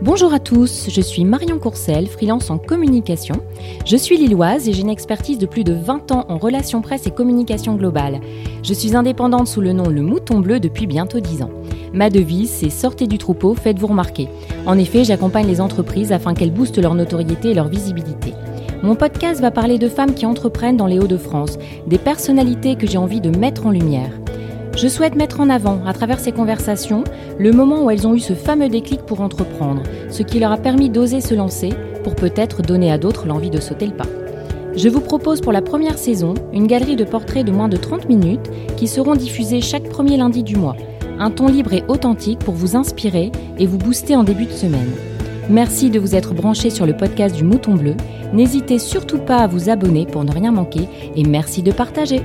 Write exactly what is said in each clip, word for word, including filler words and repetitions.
Bonjour à tous, je suis Marion Courcel, freelance en communication. Je suis lilloise et j'ai une expertise de plus de vingt ans en relations presse et communication globale. Je suis indépendante sous le nom Le Mouton Bleu depuis bientôt dix ans. Ma devise, c'est « Sortez du troupeau, faites-vous remarquer ». En effet, j'accompagne les entreprises afin qu'elles boostent leur notoriété et leur visibilité. Mon podcast va parler de femmes qui entreprennent dans les Hauts-de-France, des personnalités que j'ai envie de mettre en lumière. Je souhaite mettre en avant, à travers ces conversations, le moment où elles ont eu ce fameux déclic pour entreprendre, ce qui leur a permis d'oser se lancer pour peut-être donner à d'autres l'envie de sauter le pas. Je vous propose pour la première saison une galerie de portraits de moins de trente minutes qui seront diffusés chaque premier lundi du mois. Un ton libre et authentique pour vous inspirer et vous booster en début de semaine. Merci de vous être branchés sur le podcast du Mouton Bleu. N'hésitez surtout pas à vous abonner pour ne rien manquer et merci de partager.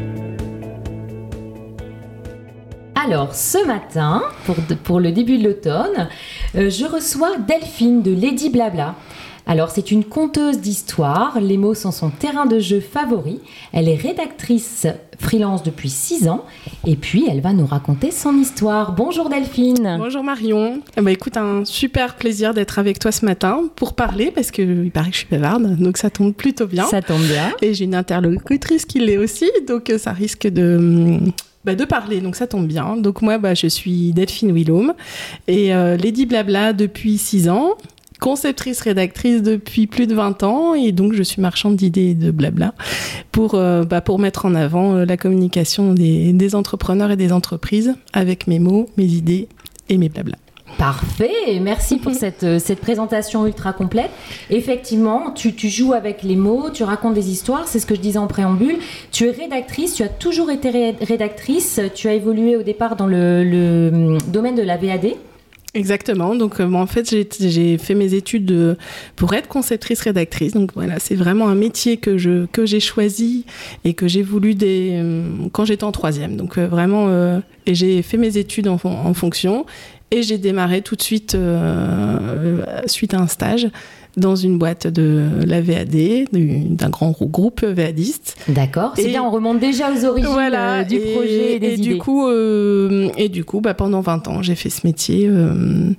Alors, ce matin, pour, de, pour le début de l'automne, euh, je reçois Delphine de Lady Blabla. Alors, c'est une conteuse d'histoire, les mots sont son terrain de jeu favori. Elle est rédactrice freelance depuis six ans et puis elle va nous raconter son histoire. Bonjour Delphine. Bonjour Marion. Eh ben, écoute, un super plaisir d'être avec toi ce matin pour parler parce qu'il paraît que je suis bavarde, donc ça tombe plutôt bien. Ça tombe bien. Et j'ai une interlocutrice qui l'est aussi, donc ça risque de... Bah, de parler, donc ça tombe bien. Donc moi, bah, je suis Delphine Willaume et euh, Lady Blabla depuis six ans, conceptrice rédactrice depuis plus de vingt ans et donc je suis marchande d'idées et de blabla pour, euh, bah, pour mettre en avant euh, la communication des, des entrepreneurs et des entreprises avec mes mots, mes idées et mes blabla. Parfait, merci pour cette, cette présentation ultra complète. Effectivement, tu, tu joues avec les mots, tu racontes des histoires, c'est ce que je disais en préambule. Tu es rédactrice, tu as toujours été ré- rédactrice, tu as évolué au départ dans le, le domaine de la V A D. Exactement, donc euh, bon, en fait j'ai, j'ai fait mes études de, pour être conceptrice rédactrice, donc voilà, c'est vraiment un métier que, je, que j'ai choisi et que j'ai voulu dès, euh, quand j'étais en troisième, donc euh, vraiment, euh, et j'ai fait mes études en, en fonction. Et j'ai démarré tout de suite, euh, suite à un stage, dans une boîte de la V A D, d'un grand groupe VADiste. D'accord, c'est et bien, on remonte déjà aux origines voilà, euh, du et, projet et des et idées. Du coup, euh, et du coup, bah, pendant vingt ans, j'ai fait ce métier euh,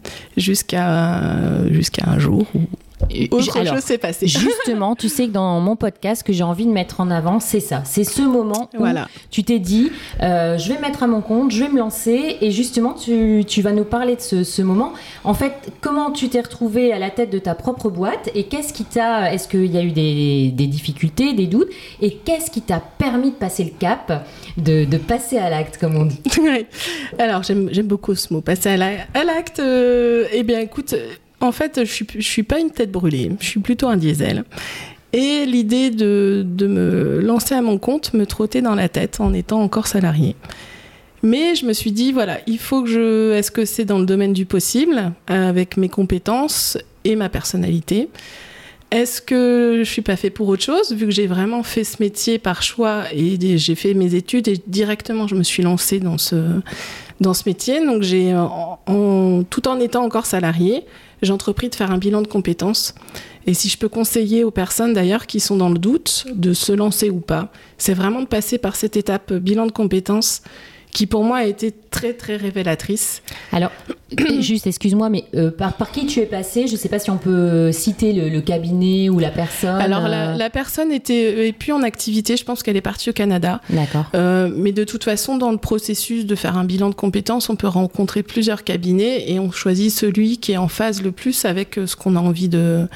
jusqu'à, jusqu'à un jour où autre Alors, chose s'est passée. Justement, tu sais que dans mon podcast, ce que j'ai envie de mettre en avant, c'est ça. C'est ce moment où voilà. tu t'es dit, euh, je vais me mettre à mon compte, je vais me lancer. Et justement, tu, tu vas nous parler de ce, ce moment. En fait, comment tu t'es retrouvée à la tête de ta propre boîte et qu'est-ce qui t'a... Est-ce qu'il y a eu des, des difficultés, des doutes? Et qu'est-ce qui t'a permis de passer le cap, de, de passer à l'acte, comme on dit? Oui. Alors, j'aime, j'aime beaucoup ce mot, passer à, la, à l'acte. Euh, eh bien, écoute... En fait, je suis, je suis pas une tête brûlée, je suis plutôt un diesel. Et l'idée de, de me lancer à mon compte me trottait dans la tête en étant encore salariée. Mais je me suis dit, voilà, il faut que je... Est-ce que c'est dans le domaine du possible, avec mes compétences et ma personnalité ? Est-ce que je suis pas fait pour autre chose, vu que j'ai vraiment fait ce métier par choix et j'ai fait mes études et directement je me suis lancée dans ce, dans ce métier. Donc j'ai, en, en, tout en étant encore salariée, j'ai entrepris de faire un bilan de compétences. Et si je peux conseiller aux personnes d'ailleurs qui sont dans le doute de se lancer ou pas, c'est vraiment de passer par cette étape bilan de compétences qui pour moi a été très très révélatrice. Alors, juste excuse-moi, mais euh, par, par qui tu es passée ? Je ne sais pas si on peut citer le, le cabinet ou la personne. Alors euh... la, la personne était est plus en activité, je pense qu'elle est partie au Canada. D'accord. Euh, mais de toute façon, dans le processus de faire un bilan de compétences, on peut rencontrer plusieurs cabinets et on choisit celui qui est en phase le plus avec ce qu'on a envie de,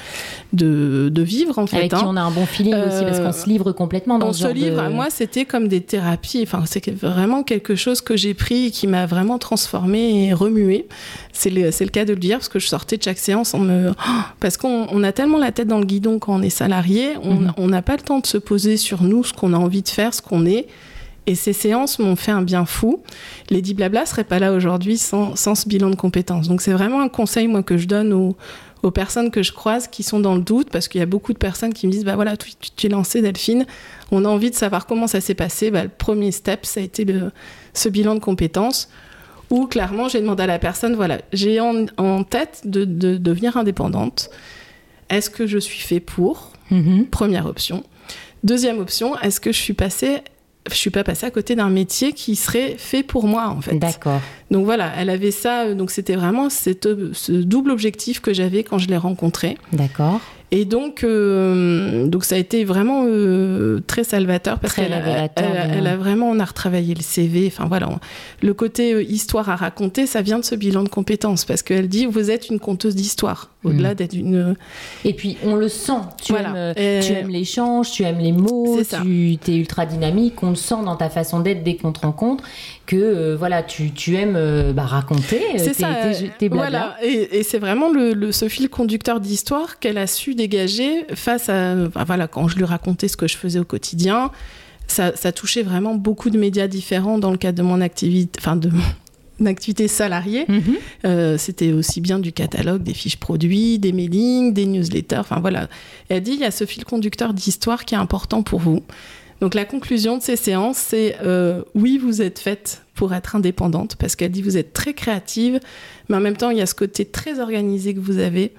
de, de vivre en fait. Avec hein. qui on a un bon feeling euh, aussi, parce qu'on se livre complètement dans on ce se genre livre. de... Moi, c'était comme des thérapies. Enfin, c'est vraiment quelque chose que j'ai pris et qui m'a vraiment transformée et remuée. C'est le, c'est le cas de le dire, parce que je sortais de chaque séance en me... Oh, parce qu'on on a tellement la tête dans le guidon quand on est salarié, on n'a mm-hmm. pas le temps de se poser sur nous, ce qu'on a envie de faire, ce qu'on est. Et ces séances m'ont fait un bien fou. Lady Blabla serait pas là aujourd'hui sans, sans ce bilan de compétences. Donc c'est vraiment un conseil, moi, que je donne aux, aux personnes que je croise qui sont dans le doute, parce qu'il y a beaucoup de personnes qui me disent, bah voilà, tu, tu t'es lancée, Delphine, on a envie de savoir comment ça s'est passé. Bah, le premier step, ça a été le, ce bilan de compétences, où clairement, j'ai demandé à la personne, voilà, j'ai en, en tête de, de, de devenir indépendante. Est-ce que je suis fait pour ? mm-hmm. Première option. Deuxième option, est-ce que je suis passée je suis pas passée à côté d'un métier qui serait fait pour moi, en fait. D'accord. Donc voilà, elle avait ça. Donc c'était vraiment cette, ce double objectif que j'avais quand je l'ai rencontrée. D'accord. Et donc, euh, donc ça a été vraiment euh, très salvateur parce très qu'elle a, elle, de... elle a vraiment, on a retravaillé le C V. Enfin voilà, on, le côté euh, histoire à raconter, ça vient de ce bilan de compétences parce qu'elle dit vous êtes une conteuse d'histoire au-delà mmh. d'être une. Et puis on le sent. Tu voilà. aimes, Et... tu aimes l'échange, tu aimes les mots, tu es ultra dynamique. On le sent dans ta façon d'être dès qu'on te rencontre que euh, voilà, tu, tu aimes euh, bah, raconter. C'est t'es, ça. T'es, t'es voilà. Et, et c'est vraiment le, le, ce fil conducteur d'histoire qu'elle a su dégager face à, enfin, voilà, quand je lui racontais ce que je faisais au quotidien, ça, ça touchait vraiment beaucoup de médias différents dans le cadre de mon activité, enfin de mon activité salariée. Mm-hmm. Euh, c'était aussi bien du catalogue, des fiches produits, des mailings, des newsletters, enfin voilà. Elle dit, il y a ce fil conducteur d'histoire qui est important pour vous. Donc la conclusion de ces séances, c'est euh, oui, vous êtes faite pour être indépendante, parce qu'elle dit vous êtes très créative, mais en même temps, il y a ce côté très organisé que vous avez,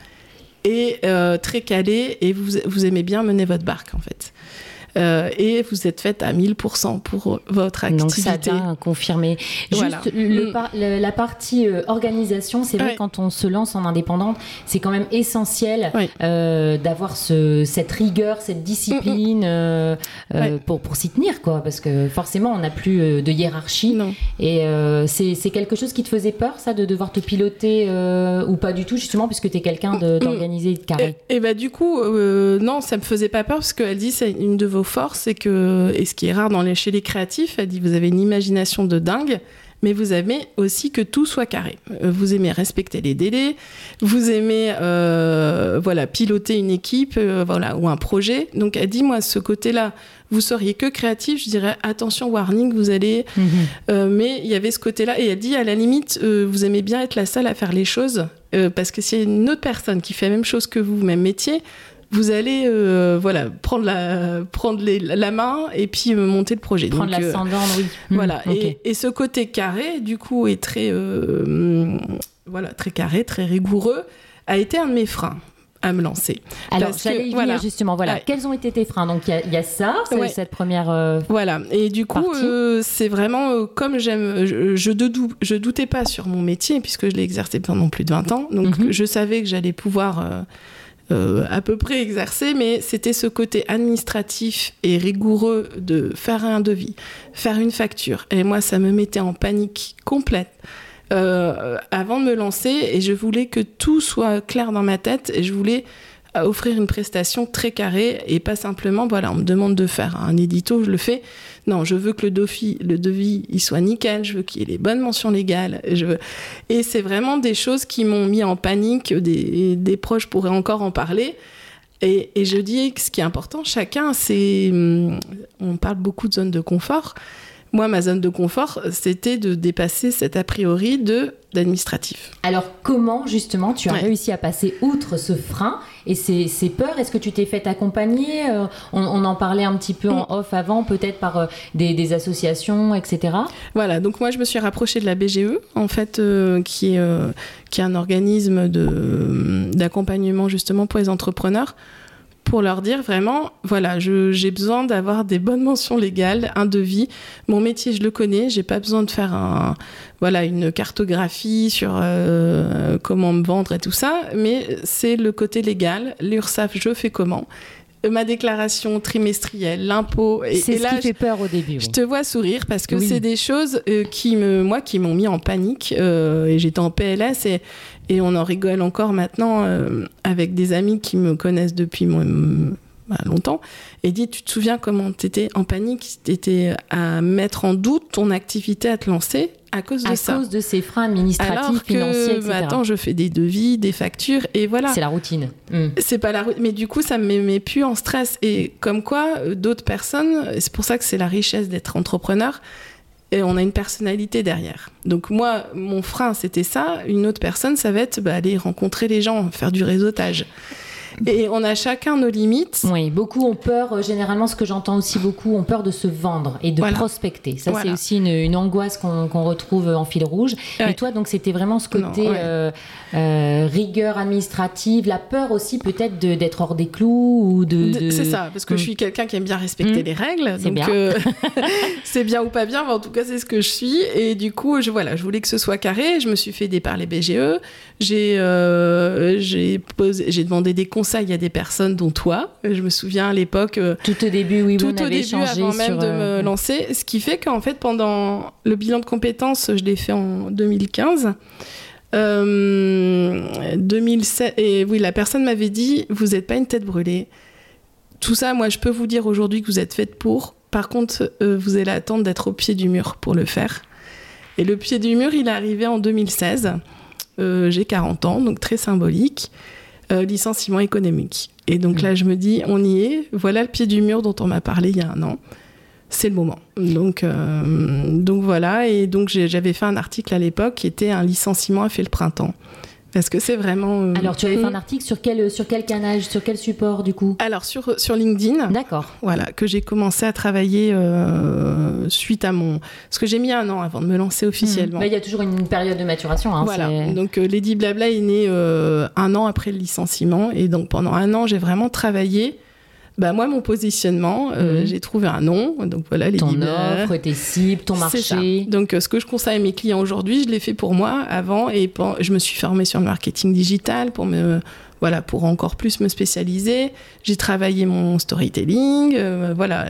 et euh, très calé, et vous, vous aimez bien mener votre barque, en fait. Euh, et vous êtes faite à mille pour cent pour votre activité. Donc ça vient confirmer. Voilà. Juste le par, le, la partie euh, organisation, c'est vrai ouais. quand on se lance en indépendante, c'est quand même essentiel ouais. euh, d'avoir ce, cette rigueur, cette discipline euh, euh, ouais. pour, pour s'y tenir, quoi, parce que forcément on n'a plus euh, de hiérarchie. Non. Et euh, c'est, c'est quelque chose qui te faisait peur, ça, de devoir te piloter euh, ou pas du tout, justement, puisque tu es quelqu'un de, d'organisé, de carré. Et, et bah du coup, euh, non, ça me faisait pas peur parce qu'elle dit c'est une de vos force, c'est que, et ce qui est rare dans les, chez les créatifs, elle dit vous avez une imagination de dingue, mais vous aimez aussi que tout soit carré. Vous aimez respecter les délais, vous aimez euh, voilà, piloter une équipe euh, voilà, ou un projet. Donc elle dit, moi, ce côté-là, vous seriez que créatif, je dirais attention, warning, vous allez... Mm-hmm. Euh, mais il y avait ce côté-là, et elle dit, à la limite, euh, vous aimez bien être la seule à faire les choses, euh, parce que s'il y a une autre personne qui fait la même chose que vous, même métier, vous allez euh, voilà, prendre, la, prendre les, la main et puis euh, monter le projet. Prendre Donc, l'ascendant, euh, oui. Voilà. Mmh, okay. et, et ce côté carré, du coup, est très, euh, voilà, très carré, très rigoureux, a été un de mes freins à me lancer. Alors, Parce j'allais que, y venir voilà. justement. Voilà. Ouais. Quels ont été tes freins ? Donc, il y, y a ça, c'est, ouais. cette première euh, Voilà. Et du coup, euh, c'est vraiment euh, comme j'aime... Je, je, dou- je doutais pas sur mon métier, puisque je l'ai exercé pendant plus de vingt ans. Donc, mmh. je savais que j'allais pouvoir... Euh, Euh, à peu près exercé, mais c'était ce côté administratif et rigoureux de faire un devis, faire une facture. Et moi, ça me mettait en panique complète euh, avant de me lancer, et je voulais que tout soit clair dans ma tête, et je voulais offrir une prestation très carrée, et pas simplement, voilà, on me demande de faire un édito, je le fais. Non, je veux que le devis, le devis, il soit nickel, je veux qu'il y ait les bonnes mentions légales. Je veux... Et c'est vraiment des choses qui m'ont mis en panique, des, des proches pourraient encore en parler. Et, et je dis que ce qui est important, chacun, c'est... On parle beaucoup de zone de confort. Moi, ma zone de confort, c'était de dépasser cet a priori de, d'administratif. Alors, comment, justement, tu as ouais. réussi à passer outre ce frein et ces, ces peurs ? Est-ce que tu t'es fait accompagner ? euh, on, on en parlait un petit peu en off avant, peut-être par euh, des, des associations, et cetera. Voilà, donc moi, je me suis rapprochée de la B G E, en fait, euh, qui, est, euh, qui est un organisme de, d'accompagnement, justement, pour les entrepreneurs, pour leur dire vraiment, voilà, je, j'ai besoin d'avoir des bonnes mentions légales, un devis. Mon métier, je le connais, j'ai pas besoin de faire un, voilà, une cartographie sur euh, comment me vendre et tout ça, mais c'est le côté légal. L'URSSAF, je fais comment ? Ma déclaration trimestrielle, l'impôt. Et, c'est et ce là, qui fait peur au début. Je oui. te vois sourire parce que oui. c'est des choses euh, qui me, moi, qui m'ont mis en panique euh, et j'étais en P L S et, et on en rigole encore maintenant euh, avec des amis qui me connaissent depuis mon, bah, longtemps et dit, tu te souviens comment t'étais en panique, t'étais à mettre en doute ton activité à te lancer à cause de à ça. À cause de ces freins administratifs, alors que, financiers, et cetera. Bah, attends, je fais des devis, des factures, et voilà. C'est la routine. Mmh. C'est pas la routine, mais du coup, ça me met, met plus en stress. Et comme quoi, d'autres personnes, c'est pour ça que c'est la richesse d'être entrepreneur, et on a une personnalité derrière. Donc moi, mon frein, c'était ça. Une autre personne, ça va être bah, aller rencontrer les gens, faire du réseautage. Et on a chacun nos limites. Oui, beaucoup ont peur, euh, généralement ce que j'entends aussi beaucoup, ont peur de se vendre et de voilà. prospecter. Ça voilà. c'est aussi une, une angoisse qu'on, qu'on retrouve en fil rouge. Ouais. Et toi donc c'était vraiment ce côté non, ouais. euh, euh, rigueur administrative, la peur aussi peut-être de, d'être hors des clous ou de... de... C'est ça, parce que mmh. je suis quelqu'un qui aime bien respecter mmh. les règles. C'est donc bien. Euh, c'est bien ou pas bien, mais en tout cas c'est ce que je suis. Et du coup, je, voilà, je voulais que ce soit carré. Je me suis fait aider par les B G E. J'ai, euh, j'ai, posé, j'ai demandé des conseils à des personnes, dont toi. Je me souviens à l'époque... Euh, tout au début, oui, tout on au avait début, échangé avant même sur, de euh... me lancer. Ce qui fait qu'en fait, pendant le bilan de compétences, je l'ai fait en deux mille quinze. Euh, deux mille sept, et oui, la personne m'avait dit, vous n'êtes pas une tête brûlée. Tout ça, moi, je peux vous dire aujourd'hui que vous êtes faite pour. Par contre, euh, vous allez attendre d'être au pied du mur pour le faire. Et le pied du mur, il est arrivé en deux mille seize. Euh, j'ai quarante ans, donc très symbolique. Euh, licenciement économique. Et donc mmh. là, je me dis, on y est. Voilà le pied du mur dont on m'a parlé il y a un an. C'est le moment. Donc, euh, donc voilà. Et donc, j'ai, j'avais fait un article à l'époque qui était un licenciement a fait le printemps. Parce que c'est vraiment... Euh... Alors, tu avais fait un article sur quel, sur quel canal, sur quel support, du coup ? Alors, sur, sur LinkedIn. D'accord. Voilà, que j'ai commencé à travailler euh, suite à mon... Parce que j'ai mis un an avant de me lancer officiellement. Mmh. Bah, y a toujours une période de maturation. Hein, voilà, c'est... donc euh, Lady Blabla est née euh, un an après le licenciement. Et donc, pendant un an, j'ai vraiment travaillé... Bah, moi, mon positionnement, euh, mmh. j'ai trouvé un nom. Donc voilà, les ton leaders. offre, tes cibles, ton marché. Donc, euh, ce que je conseille à mes clients aujourd'hui, je l'ai fait pour moi avant. Et pour, je me suis formée sur le marketing digital pour, me, voilà, pour encore plus me spécialiser. J'ai travaillé mon storytelling. Euh, voilà.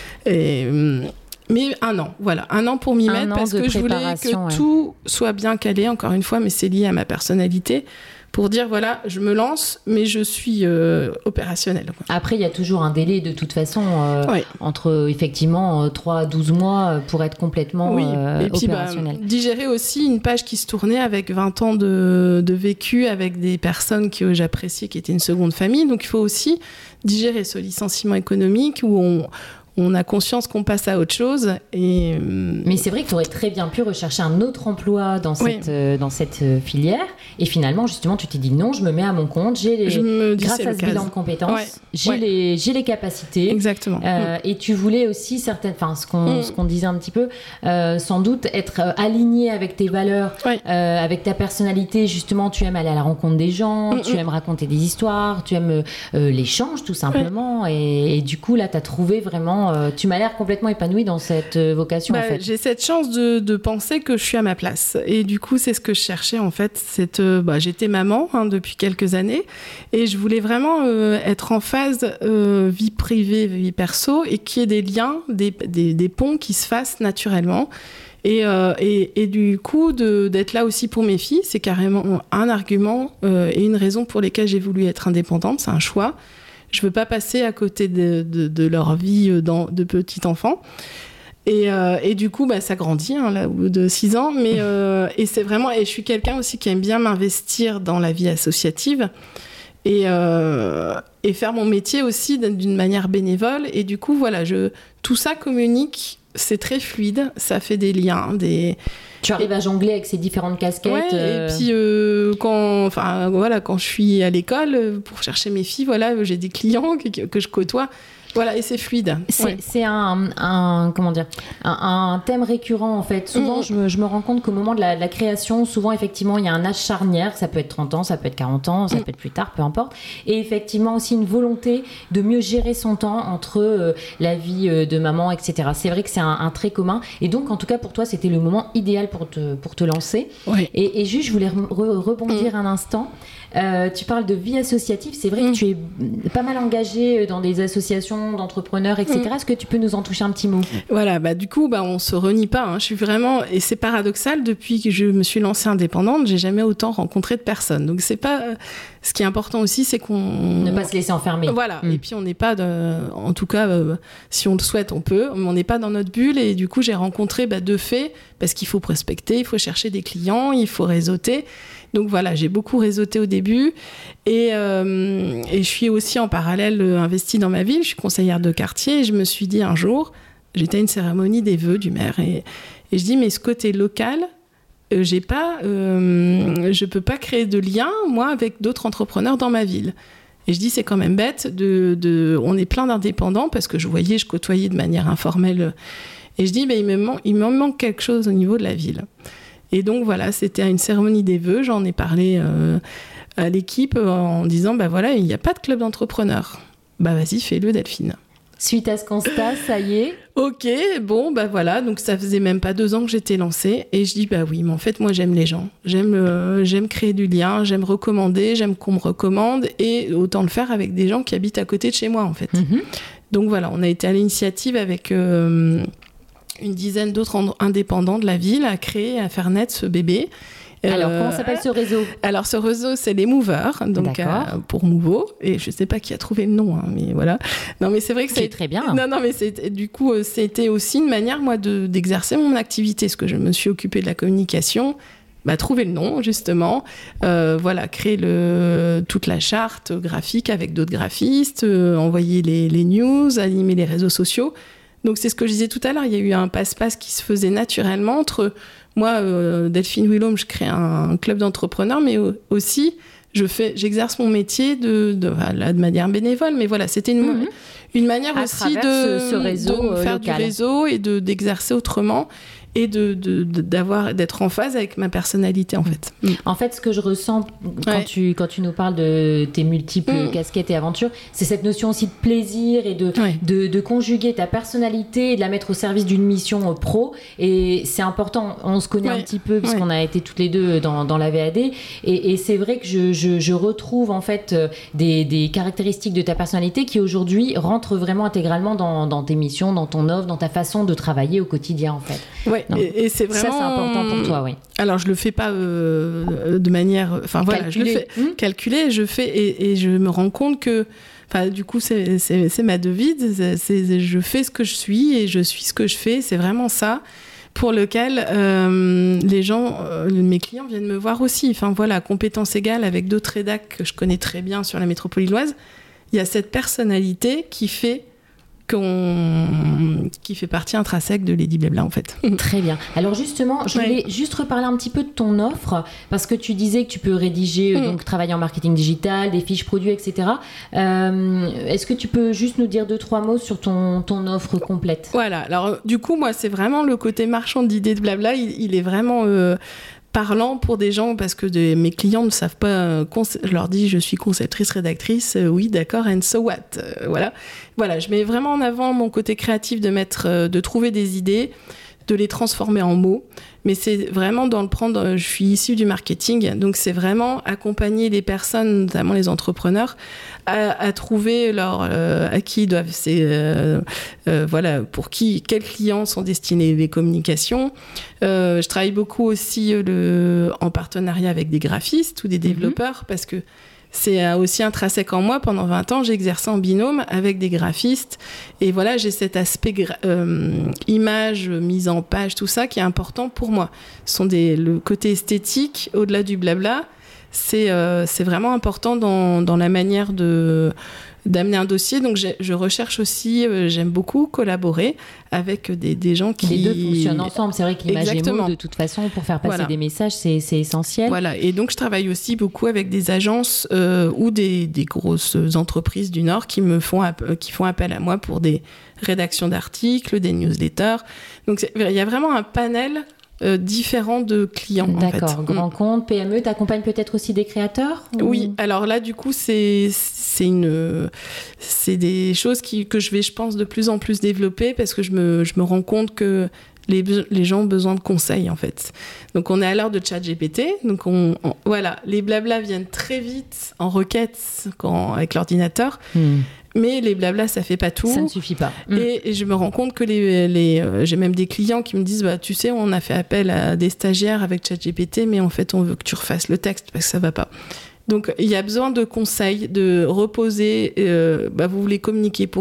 Et, mais un an, voilà. Un an pour m'y un mettre parce que je voulais que ouais. tout soit bien calé, encore une fois, mais c'est lié à ma personnalité. Pour dire, voilà, je me lance, mais je suis euh, opérationnelle. Après, il y a toujours un délai, de toute façon, euh, oui. entre, effectivement, trois à douze mois pour être complètement oui. euh, Et puis, opérationnel. Bah, digérer aussi une page qui se tournait avec vingt ans de, de vécu, avec des personnes que j'appréciais, qui étaient une seconde famille. Donc, il faut aussi digérer ce licenciement économique où on... on a conscience qu'on passe à autre chose. Et... Mais c'est vrai que tu aurais très bien pu rechercher un autre emploi dans cette, oui. euh, dans cette filière. Et finalement, justement, tu t'es dit non, je me mets à mon compte. J'ai les... je me Grâce à ce bilan de compétences, ouais. j'ai, ouais. les... j'ai les capacités. Exactement. Euh, mm. Et tu voulais aussi, certaines... enfin, ce, qu'on... Mm. ce qu'on disait un petit peu, euh, sans doute être aligné avec tes valeurs, ouais. euh, avec ta personnalité. Justement, tu aimes aller à la rencontre des gens, mm. tu aimes raconter des histoires, tu aimes euh, l'échange, tout simplement. Ouais. Et, et du coup, là, tu as trouvé vraiment... Euh, tu m'as l'air complètement épanouie dans cette euh, vocation, bah, en fait. J'ai cette chance de, de penser que je suis à ma place. Et du coup, c'est ce que je cherchais, en fait. Cette, euh, bah, j'étais maman hein, depuis quelques années. Et je voulais vraiment euh, être en phase euh, vie privée, vie perso, et qu'il y ait des liens, des, des, des ponts qui se fassent naturellement. Et, euh, et, et du coup, de, d'être là aussi pour mes filles, c'est carrément un argument euh, et une raison pour lesquelles j'ai voulu être indépendante. C'est un choix. Je veux pas passer à côté de, de, de leur vie dans, de petit enfant. Et, euh, et du coup, bah, ça grandit, hein, là, au bout de six ans. Mais, euh, et c'est vraiment... Et je suis quelqu'un aussi qui aime bien m'investir dans la vie associative et, euh, et faire mon métier aussi d'une manière bénévole. Et du coup, voilà, je, tout ça communique, c'est très fluide. Ça fait des liens, des... Tu arrives à jongler avec ces différentes casquettes. Ouais, euh... et puis euh, quand, enfin voilà, quand je suis à l'école pour chercher mes filles, voilà, j'ai des clients que, que je côtoie. Voilà, et c'est fluide. C'est, ouais. c'est un, un, comment dire, un, un thème récurrent, en fait. Souvent, mmh. je, me, je me rends compte qu'au moment de la, de la création, souvent, effectivement, il y a un âge charnière. Ça peut être trente ans, ça peut être quarante ans, ça mmh. peut être plus tard, peu importe. Et effectivement, aussi une volonté de mieux gérer son temps entre euh, la vie euh, de maman, et cetera. C'est vrai que c'est un, un trait commun. Et donc, en tout cas, pour toi, c'était le moment idéal pour te, pour te lancer. Ouais. Et, et juste, je voulais re- rebondir mmh. un instant. Euh, tu parles de vie associative, c'est vrai mmh. que tu es pas mal engagée dans des associations d'entrepreneurs, et cetera. Mmh. Est-ce que tu peux nous en toucher un petit mot ? Voilà, bah du coup, bah on se renie pas. Hein. Je suis vraiment, et c'est paradoxal, depuis que je me suis lancée indépendante, j'ai jamais autant rencontré de personnes. Donc c'est pas, ce qui est important aussi, c'est qu'on ne pas se laisser enfermer. Voilà. Mmh. Et puis on n'est pas, de... en tout cas, euh, si on le souhaite, on peut, mais on n'est pas dans notre bulle. Et du coup, j'ai rencontré bah, de fait, parce qu'il faut prospecter, il faut chercher des clients, il faut réseauter. Donc voilà, j'ai beaucoup réseauté au début et, euh, et je suis aussi en parallèle investie dans ma ville. Je suis conseillère de quartier et je me suis dit un jour, j'étais à une cérémonie des vœux du maire et, et je dis mais ce côté local, euh, j'ai pas, euh, je peux pas créer de lien moi avec d'autres entrepreneurs dans ma ville. Et je dis, c'est quand même bête, de, de, on est plein d'indépendants, parce que je voyais, je côtoyais de manière informelle. Et je dis, ben, il, me man- il me manque quelque chose au niveau de la ville. Et donc voilà, c'était à une cérémonie des vœux, j'en ai parlé euh, à l'équipe en disant, ben voilà, il n'y a pas de club d'entrepreneurs. Bah vas-y, fais-le, Delphine. Suite à ce constat, ça y est. Ok, bon, bah voilà, donc ça faisait même pas deux ans que j'étais lancée. Et je dis, bah oui, mais en fait, moi, j'aime les gens. J'aime, euh, j'aime créer du lien, j'aime recommander, j'aime qu'on me recommande. Et autant le faire avec des gens qui habitent à côté de chez moi, en fait. Mm-hmm. Donc voilà, on a été à l'initiative avec euh, une dizaine d'autres en- indépendants de la ville à créer, à faire naître ce bébé. Alors, Euh, comment s'appelle ce réseau ? Alors, ce réseau, c'est les Movers, donc euh, pour Mouveau. Et je sais pas qui a trouvé le nom, hein, mais voilà. Non, mais c'est vrai que c'est très bien. Non, non, mais c'est du coup, euh, c'était aussi une manière, moi, de, d'exercer mon activité, parce que je me suis occupée de la communication. Bah, trouver le nom, justement. Euh, voilà, créer le, toute la charte graphique avec d'autres graphistes, euh, envoyer les, les news, animer les réseaux sociaux. Donc, c'est ce que je disais tout à l'heure. Il y a eu un passe-passe qui se faisait naturellement entre moi, euh, Delphine Willaume, je crée un club d'entrepreneurs, mais aussi, je fais, j'exerce mon métier de, de, voilà, de manière bénévole. Mais voilà, c'était une, mmh. une manière à aussi de, ce, ce réseau, de faire euh, du réseau et de, d'exercer autrement. Et de, de, de, d'avoir, d'être en phase avec ma personnalité, en fait. Mm. En fait, ce que je ressens quand, ouais. tu, quand tu nous parles de tes multiples mm. casquettes et aventures, c'est cette notion aussi de plaisir et de, ouais. de, de conjuguer ta personnalité et de la mettre au service d'une mission pro. Et c'est important, on se connaît ouais. un petit peu, puisqu'on ouais. a été toutes les deux dans, dans la V A D. Et, et c'est vrai que je, je, je retrouve, en fait, des, des caractéristiques de ta personnalité qui, aujourd'hui, rentrent vraiment intégralement dans, dans tes missions, dans ton offre, dans ta façon de travailler au quotidien, en fait. Ouais. Et, et c'est vraiment... Ça, c'est important pour toi, oui. Alors, je le fais pas euh, de manière... Enfin, voilà, calculé. je le fais mmh. calculer, je fais... Et, et je me rends compte que... Enfin, du coup, c'est, c'est, c'est ma devise. C'est, c'est, je fais ce que je suis et je suis ce que je fais. C'est vraiment ça pour lequel euh, les gens, euh, mes clients viennent me voir aussi. Enfin, voilà, compétence égale avec d'autres rédacs que je connais très bien sur la métropole lilloise. Il y a cette personnalité qui fait... Qu'on... qui fait partie intrinsèque de Lady Blabla, en fait. Très bien. Alors justement, je voulais ouais. juste reparler un petit peu de ton offre, parce que tu disais que tu peux rédiger, mmh. donc travailler en marketing digital, des fiches produits, et cetera. Euh, est-ce que tu peux juste nous dire deux, trois mots sur ton, ton offre complète ? Voilà. Alors du coup, moi, c'est vraiment le côté marchand d'idées de Blabla. Il, il est vraiment... Euh... parlant pour des gens, parce que de, mes clients ne savent pas, euh, conce- je leur dis je suis conceptrice, rédactrice, euh, oui d'accord, and so what, euh, voilà. Voilà, je mets vraiment en avant mon côté créatif de mettre, euh, de trouver des idées, de les transformer en mots, mais c'est vraiment dans le prendre, je suis issue du marketing, donc c'est vraiment accompagner les personnes, notamment les entrepreneurs, à, à trouver leur, euh, à qui doivent, c'est, euh, euh, voilà, pour qui, quels clients sont destinés les communications. Euh, je travaille beaucoup aussi le, en partenariat avec des graphistes ou des développeurs, mmh. parce que c'est aussi intrinsèque en moi. Pendant vingt ans, j'ai exercé en binôme avec des graphistes. Et voilà, j'ai cet aspect gra- euh, image, mise en page, tout ça qui est important pour moi. Ce sont des, le côté esthétique, au-delà du blabla, c'est, euh, c'est vraiment important dans, dans la manière de... d'amener un dossier. Donc, je recherche aussi, euh, j'aime beaucoup collaborer avec des, des gens qui... Les deux fonctionnent ensemble. C'est vrai que l'image et mots, de toute façon, pour faire passer voilà. des messages, c'est, c'est essentiel. Voilà. Et donc, je travaille aussi beaucoup avec des agences euh, ou des, des grosses entreprises du Nord qui me font, app- qui font appel à moi pour des rédactions d'articles, des newsletters. Donc, il y a vraiment un panel Euh, différents de clients. D'accord, en fait. grand compte, P M E, tu accompagnes peut-être aussi des créateurs ou... Oui, alors là, du coup, c'est, c'est, une, c'est des choses qui, que je vais, je pense, de plus en plus développer parce que je me, je me rends compte que les, les gens ont besoin de conseils, en fait. Donc, on est à l'heure de ChatGPT. Donc, on, on, voilà, les blablas viennent très vite en requête quand, avec l'ordinateur. Hmm. Mais les blablas, ça fait pas tout. Ça ne suffit pas. Et, et je me rends compte que les, les, euh, j'ai même des clients qui me disent, bah, tu sais, on a fait appel à des stagiaires avec ChatGPT, mais en fait, on veut que tu refasses le texte parce que ça va pas. Donc, il y a besoin de conseils, de reposer. Euh, bah, vous voulez communiquer pourquoi ?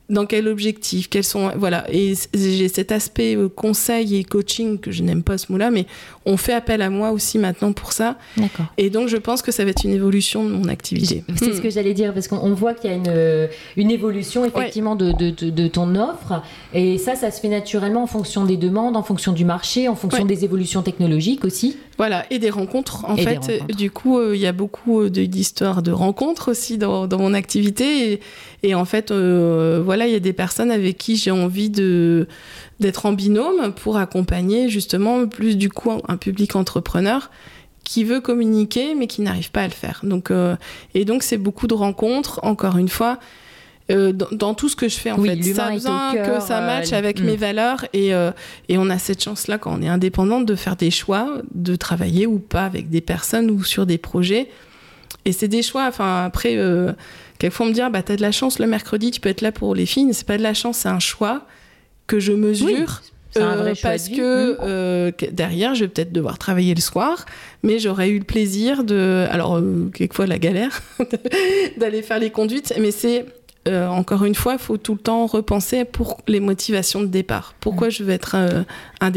dans quel objectif, quels sont, voilà. Et j'ai cet aspect euh, conseil et coaching que je n'aime pas ce mot-là, mais on fait appel à moi aussi maintenant pour ça. D'accord. Et donc je pense que ça va être une évolution de mon activité. C'est mmh. ce que j'allais dire, parce qu'on voit qu'il y a une, une évolution effectivement ouais. de, de, de ton offre, et ça, ça se fait naturellement en fonction des demandes, en fonction du marché, en fonction ouais. des évolutions technologiques aussi. Voilà, et des rencontres. En et fait, rencontres. Du coup, il euh, y a beaucoup d'histoires de rencontres aussi dans, dans mon activité, et, et en fait, euh, voilà, il y a des personnes avec qui j'ai envie de, d'être en binôme pour accompagner justement plus du coup un public entrepreneur qui veut communiquer mais qui n'arrive pas à le faire. Donc, euh, et donc, c'est beaucoup de rencontres, encore une fois, euh, dans, dans tout ce que je fais, en oui, fait. Ça a besoin que ça matche euh, avec euh, mes valeurs, et, euh, et on a cette chance-là, quand on est indépendante, de faire des choix, de travailler ou pas avec des personnes ou sur des projets. Et c'est des choix, enfin, après... Euh, Quelquefois, on me dit, ah, bah, t'as de la chance, le mercredi, tu peux être là pour les filles. C'est pas de la chance, c'est un choix que je mesure. Oui, c'est un vrai euh, choix parce que euh, derrière, je vais peut-être devoir travailler le soir, mais j'aurais eu le plaisir de... Alors, euh, quelquefois, la galère d'aller faire les conduites, mais c'est... Euh, encore une fois, il faut tout le temps repenser pour les motivations de départ. Pourquoi mmh. je veux être euh, indépendante ?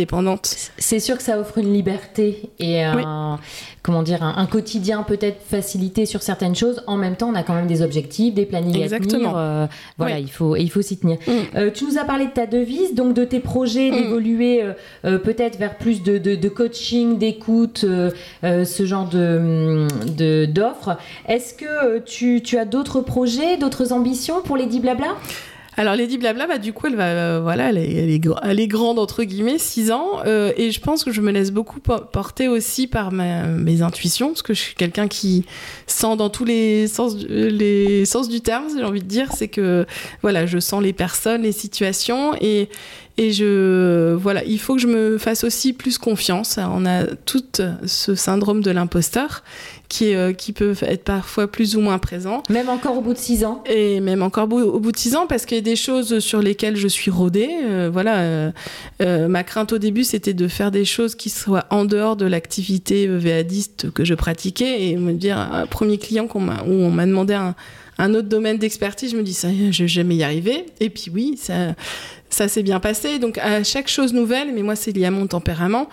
C'est sûr que ça offre une liberté et un, oui. comment dire, un, un quotidien peut-être facilité sur certaines choses. En même temps, on a quand même des objectifs, des plannings Exactement. à tenir. Euh, voilà, oui. il faut, il faut s'y tenir. Mmh. Euh, tu nous as parlé de ta devise, donc de tes projets, mmh. d'évoluer euh, euh, peut-être vers plus de, de, de coaching, d'écoute, euh, euh, ce genre de, de, d'offres. Est-ce que tu, tu as d'autres projets, d'autres ambitions pour Lady Blabla ? Alors Lady Blabla, bah, du coup, elle va, euh, voilà, elle est, elle, est, elle est grande entre guillemets, six ans, euh, et je pense que je me laisse beaucoup porter aussi par ma, mes intuitions, parce que je suis quelqu'un qui sent dans tous les sens, les sens du terme, j'ai envie de dire, c'est que voilà, je sens les personnes, les situations, et Et je, voilà, il faut que je me fasse aussi plus confiance. On a tout ce syndrome de l'imposteur qui, est, qui peut être parfois plus ou moins présent. Même encore au bout de six ans. Et même encore au bout de six ans, parce qu'il y a des choses sur lesquelles je suis rodée. Euh, voilà, euh, euh, ma crainte au début, c'était de faire des choses qui soient en dehors de l'activité véadiste que je pratiquais, et me dire, un premier client qu'on m'a, où on m'a demandé un, un autre domaine d'expertise, je me dis, ça, je vais jamais y arriver. Et puis oui, ça... Ça s'est bien passé, donc à chaque chose nouvelle, mais moi c'est lié à mon tempérament,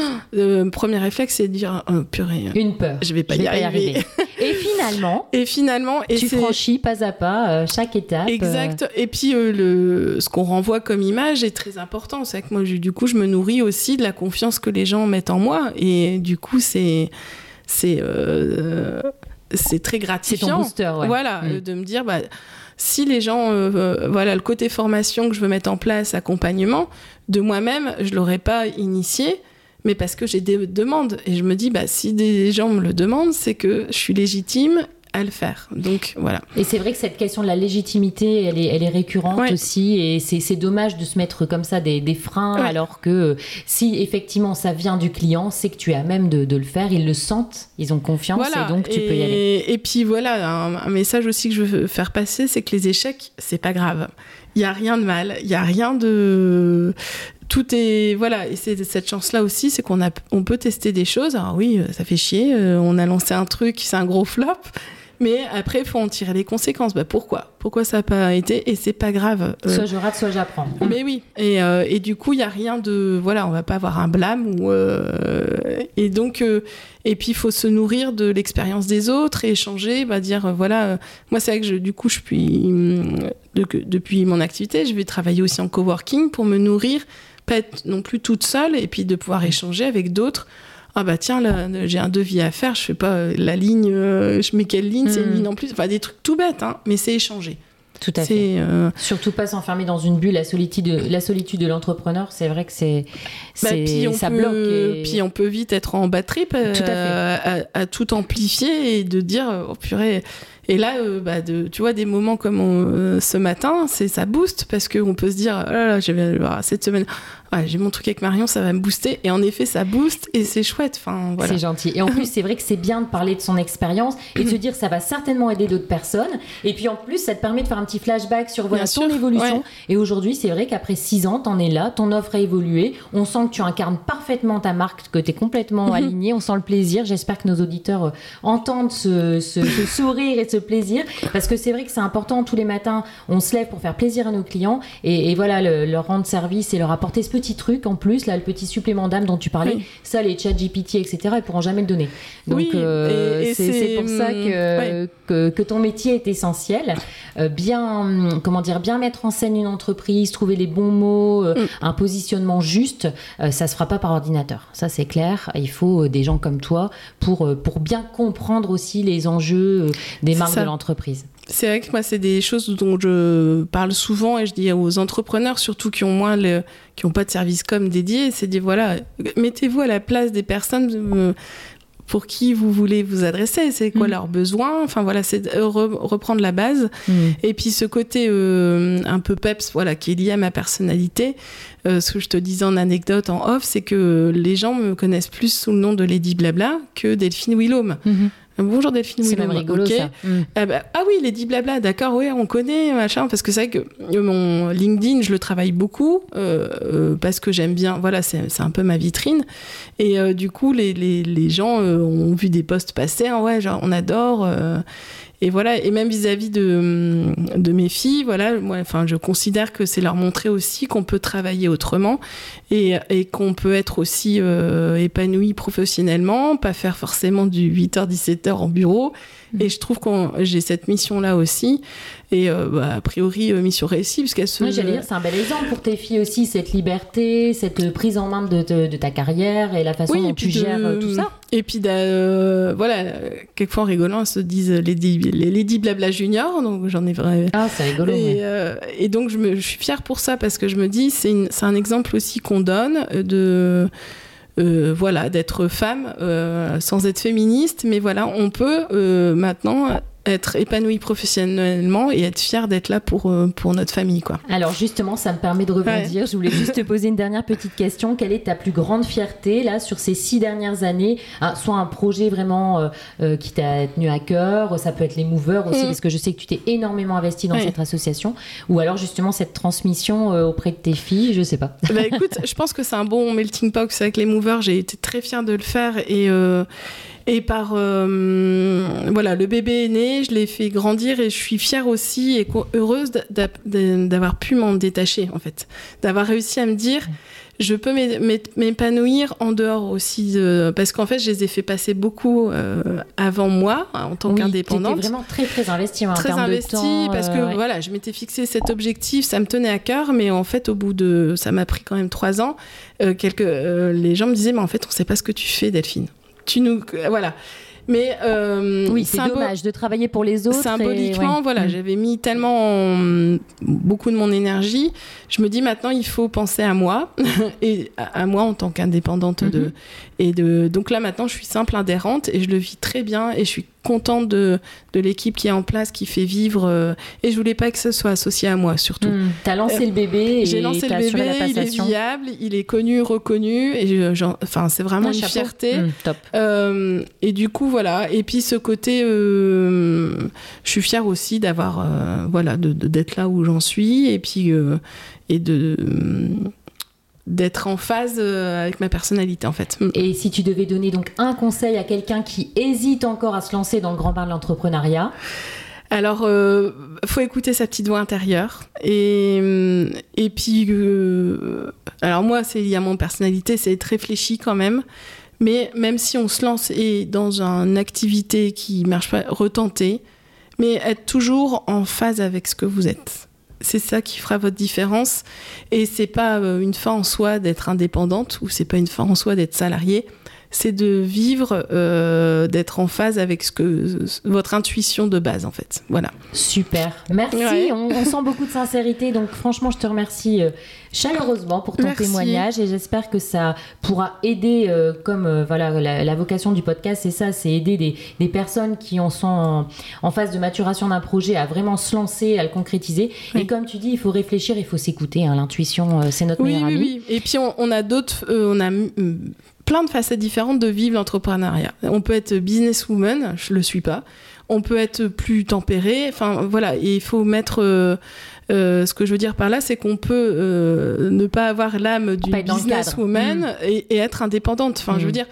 le premier réflexe c'est de dire oh, purée, une peur, je vais pas, je y, vais arriver. pas y arriver. Et finalement, et finalement, et tu c'est... franchis pas à pas euh, chaque étape. Exact. Euh... Et puis euh, le ce qu'on renvoie comme image est très important. C'est que moi, je, du coup, je me nourris aussi de la confiance que les gens mettent en moi, et du coup, c'est c'est euh, c'est très gratifiant. C'est ton booster, ouais. Voilà, mmh. de me dire bah. Si les gens, euh, voilà, le côté formation que je veux mettre en place, accompagnement, de moi-même, je ne l'aurais pas initié, mais parce que j'ai des demandes. Et je me dis, bah, si des gens me le demandent, c'est que je suis légitime à le faire. Donc, voilà. Et c'est vrai que cette question de la légitimité, elle est, elle est récurrente ouais. aussi, et c'est, c'est dommage de se mettre comme ça des, des freins, ouais. alors que si effectivement ça vient du client, c'est que tu es à même de, de le faire, ils le sentent, ils ont confiance, voilà. et donc tu et, peux y aller. Et puis voilà, un, un message aussi que je veux faire passer, c'est que les échecs, c'est pas grave. Il n'y a rien de mal, il n'y a rien de... Tout est... Voilà, et c'est cette chance-là aussi, c'est qu'on a, on peut tester des choses. Alors oui, ça fait chier, on a lancé un truc, c'est un gros flop, mais après, il faut en tirer les conséquences. Bah, pourquoi Pourquoi ça n'a pas été ? Et c'est pas grave. Euh... Soit je rate, soit j'apprends. Mais oui. Et, euh, et du coup, il n'y a rien de... Voilà, on ne va pas avoir un blâme. Ou, euh... Et donc... Euh... Et puis, il faut se nourrir de l'expérience des autres et échanger, bah, dire, euh, voilà... Euh... Moi, c'est vrai que, je, du coup, je suis... De... Depuis mon activité, je vais travailler aussi en coworking pour me nourrir, pas être non plus toute seule, et puis de pouvoir échanger avec d'autres. Ah bah tiens, là, j'ai un devis à faire, je fais pas euh, la ligne, euh, je mets quelle ligne, mmh. c'est une ligne en plus, enfin des trucs tout bêtes, hein, mais c'est échanger. Tout à c'est, fait. Euh... Surtout pas s'enfermer dans une bulle, la solitude, la solitude de l'entrepreneur, c'est vrai que c'est, bah, c'est puis on ça peut, bloque. Et... Puis on peut vite être en bad trip, euh, tout à, fait. À, à, à tout amplifier et de dire, oh purée. Et là, euh, bah de, tu vois, des moments comme on, euh, ce matin, c'est, ça booste parce qu'on peut se dire, oh là là, je vais voir cette semaine, ouais, j'ai mon truc avec Marion, ça va me booster. Et en effet, ça booste et c'est chouette. Enfin, voilà. C'est gentil. Et en plus, c'est vrai que c'est bien de parler de son expérience et de se dire, ça va certainement aider d'autres personnes. Et puis en plus, ça te permet de faire un petit flashback sur voilà, ton évolution. Ouais. Et aujourd'hui, c'est vrai qu'après six ans, t'en es là, ton offre a évolué. On sent que tu incarnes parfaitement ta marque, que t'es complètement aligné. On sent le plaisir. J'espère que nos auditeurs euh, entendent ce, ce, ce sourire et ce ce plaisir, parce que c'est vrai que c'est important, tous les matins, on se lève pour faire plaisir à nos clients, et, et voilà, le, leur rendre service et leur apporter ce petit truc en plus, là, le petit supplément d'âme dont tu parlais, oui. ça, les chats G P T, et cetera, ils pourront jamais le donner. Donc, oui, euh, et, et c'est, c'est... c'est pour ça que, ouais. que, que ton métier est essentiel. Euh, bien, comment dire, bien mettre en scène une entreprise, trouver les bons mots, euh, mm. un positionnement juste, euh, ça se fera pas par ordinateur. Ça, c'est clair. Il faut des gens comme toi pour, pour bien comprendre aussi les enjeux des c'est marques ça. De l'entreprise. C'est vrai que moi, c'est des choses dont je parle souvent et je dis aux entrepreneurs, surtout qui ont moins le, qui ont pas de service com dédié, c'est de dire voilà, mettez-vous à la place des personnes euh, pour qui vous voulez vous adresser, c'est quoi mmh. leurs besoins, enfin voilà, c'est de re- reprendre la base. Mmh. Et puis ce côté euh, un peu peps, voilà, qui est lié à ma personnalité. Euh, ce que je te disais en anecdote, en off, c'est que les gens me connaissent plus sous le nom de Lady Blabla que Delphine Willaume. Mmh. Bonjour Delphine c'est Willaume. C'est même rigolo, okay. ça. Mm. Ah, bah, ah oui, Lady Blabla, d'accord, oui, on connaît, machin, parce que c'est vrai que mon LinkedIn, je le travaille beaucoup, euh, euh, parce que j'aime bien, voilà, c'est, c'est un peu ma vitrine. Et euh, du coup, les, les, les gens euh, ont vu des posts passer, hein, ouais, genre, on adore. Euh, et voilà, et même vis-à-vis de, de mes filles, voilà, moi, enfin, je considère que c'est leur montrer aussi qu'on peut travailler autrement et, et qu'on peut être aussi euh, épanoui professionnellement, pas faire forcément du huit heures dix-sept heures en bureau. Mmh. Et je trouve que j'ai cette mission-là aussi. Et euh, bah, a priori, euh, mission réussie, puisqu'elle se... Oui, j'allais dire, c'est un bel exemple pour tes filles aussi, cette liberté, cette prise en main de, de, de ta carrière et la façon oui, dont tu de... gères tout ça. Et puis, euh, voilà, quelquefois en rigolant, elles se disent Lady, les Lady Blabla Junior, donc j'en ai vraiment... Ah, c'est rigolo. Et, ouais. euh, et donc, je, me, je suis fière pour ça, parce que je me dis, c'est, une, c'est un exemple aussi qu'on donne de... Euh, voilà, d'être femme euh, sans être féministe, mais voilà, on peut euh, maintenant être épanouie professionnellement et être fière d'être là pour, euh, pour notre famille, quoi. Alors justement, ça me permet de rebondir. Ouais. Je voulais juste te poser une dernière petite question. Quelle est ta plus grande fierté là sur ces six dernières années, hein, soit un projet vraiment euh, euh, qui t'a tenu à cœur, ça peut être les Movers aussi, mmh. parce que je sais que tu t'es énormément investi dans ouais. cette association, ou alors justement cette transmission euh, auprès de tes filles, je sais pas. Bah écoute, je pense que c'est un bon melting pot avec les Movers. J'ai été très fière de le faire et euh, Et par euh, voilà, le bébé est né, je l'ai fait grandir et je suis fière aussi et heureuse d'a, d'a, d'avoir pu m'en détacher en fait, d'avoir réussi à me dire je peux m'épanouir en dehors aussi de, parce qu'en fait je les ai fait passer beaucoup euh, avant moi en tant oui, qu'indépendante. T'étais vraiment très très investie en très termes investie de temps, parce que euh, ouais. voilà, je m'étais fixé cet objectif, ça me tenait à cœur, mais en fait au bout de, ça m'a pris quand même trois ans, euh, quelques, euh, les gens me disaient mais en fait on sait pas ce que tu fais Delphine. Tu nous voilà, mais euh, oui, c'est symbo- dommage de travailler pour les autres. Symboliquement, et... ouais. voilà, mmh. j'avais mis tellement en... beaucoup de mon énergie. Je me dis maintenant, il faut penser à moi et à, à moi en tant qu'indépendante mmh. de et de. Donc là maintenant, je suis simple adhérente et je le vis très bien et je suis contente de de l'équipe qui est en place, qui fait vivre. Euh, et je voulais pas que ce soit associé à moi surtout. Mmh. T'as lancé euh, le bébé. Et j'ai lancé le bébé. La il est viable, il est connu, reconnu et je, genre, enfin c'est vraiment ouais, une chapeau. fierté. Mmh, top. Euh, et du coup voilà. Et puis ce côté, euh, je suis fière aussi d'avoir euh, voilà de, de d'être là où j'en suis et puis euh, et de euh, d'être en phase avec ma personnalité en fait. Et si tu devais donner donc un conseil à quelqu'un qui hésite encore à se lancer dans le grand bain de l'entrepreneuriat? Alors, euh, faut écouter sa petite voix intérieure et et puis euh, alors moi c'est lié à mon personnalité, c'est être réfléchi quand même. Mais même si on se lance et dans une activité qui marche pas, retenter, mais être toujours en phase avec ce que vous êtes. C'est ça qui fera votre différence. Et c'est pas une fin en soi d'être indépendante ou c'est pas une fin en soi d'être salarié. C'est de vivre, euh, d'être en phase avec ce que, votre intuition de base, en fait. Voilà. Super. Merci. Ouais. On, on sent beaucoup de sincérité. Donc, franchement, je te remercie euh, chaleureusement pour ton Merci. témoignage et j'espère que ça pourra aider, euh, comme euh, voilà, la, la vocation du podcast, c'est ça, c'est aider des, des personnes qui en sont en, en phase de maturation d'un projet à vraiment se lancer, à le concrétiser. Oui. Et comme tu dis, il faut réfléchir, il faut s'écouter. Hein. L'intuition, euh, c'est notre oui, meilleur oui, ami. Oui. Et puis, on, on a d'autres... Euh, on a... Euh, plein de facettes différentes de vivre l'entrepreneuriat. On peut être businesswoman, je le suis pas. On peut être plus tempéré. Enfin, voilà. Et il faut mettre... Euh, euh, ce que je veux dire par là, c'est qu'on peut euh, ne pas avoir l'âme d'une businesswoman mmh. et, et être indépendante. Enfin, mmh. je veux dire...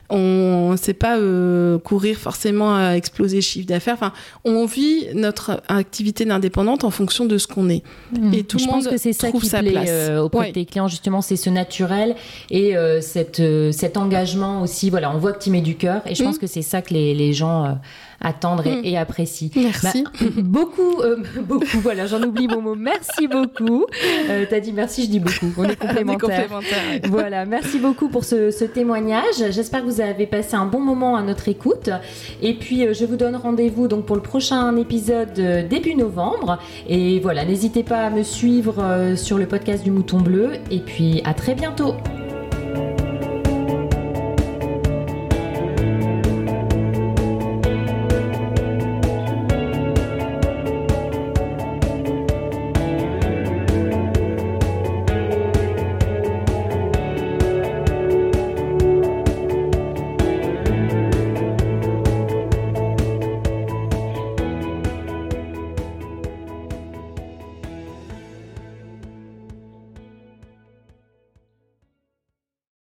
On ne sait pas euh, courir forcément à exploser le chiffre d'affaires. Enfin, on vit notre activité d'indépendante en fonction de ce qu'on est. Mmh. Et tout je le monde pense que c'est ça trouve qui sa plaît place. Euh, auprès ouais. de tes clients, justement, c'est ce naturel et euh, cette, euh, cet engagement aussi. Voilà, on voit que tu mets du cœur et je mmh. pense que c'est ça que les, les gens euh, attendent et, mmh. et apprécient. Merci. Bah, beaucoup, euh, beaucoup, voilà, j'en oublie mon mot. Merci beaucoup. Euh, t'as dit merci, je dis beaucoup. On est complémentaires. On est complémentaires, ouais. Voilà, merci beaucoup pour ce, ce témoignage. J'espère que vous avez passé un bon moment à notre écoute. Et puis, euh, je vous donne rendez-vous donc pour le prochain épisode euh, début novembre. Et voilà, n'hésitez pas à me suivre euh, sur le podcast du Mouton Bleu. Et puis, à très bientôt.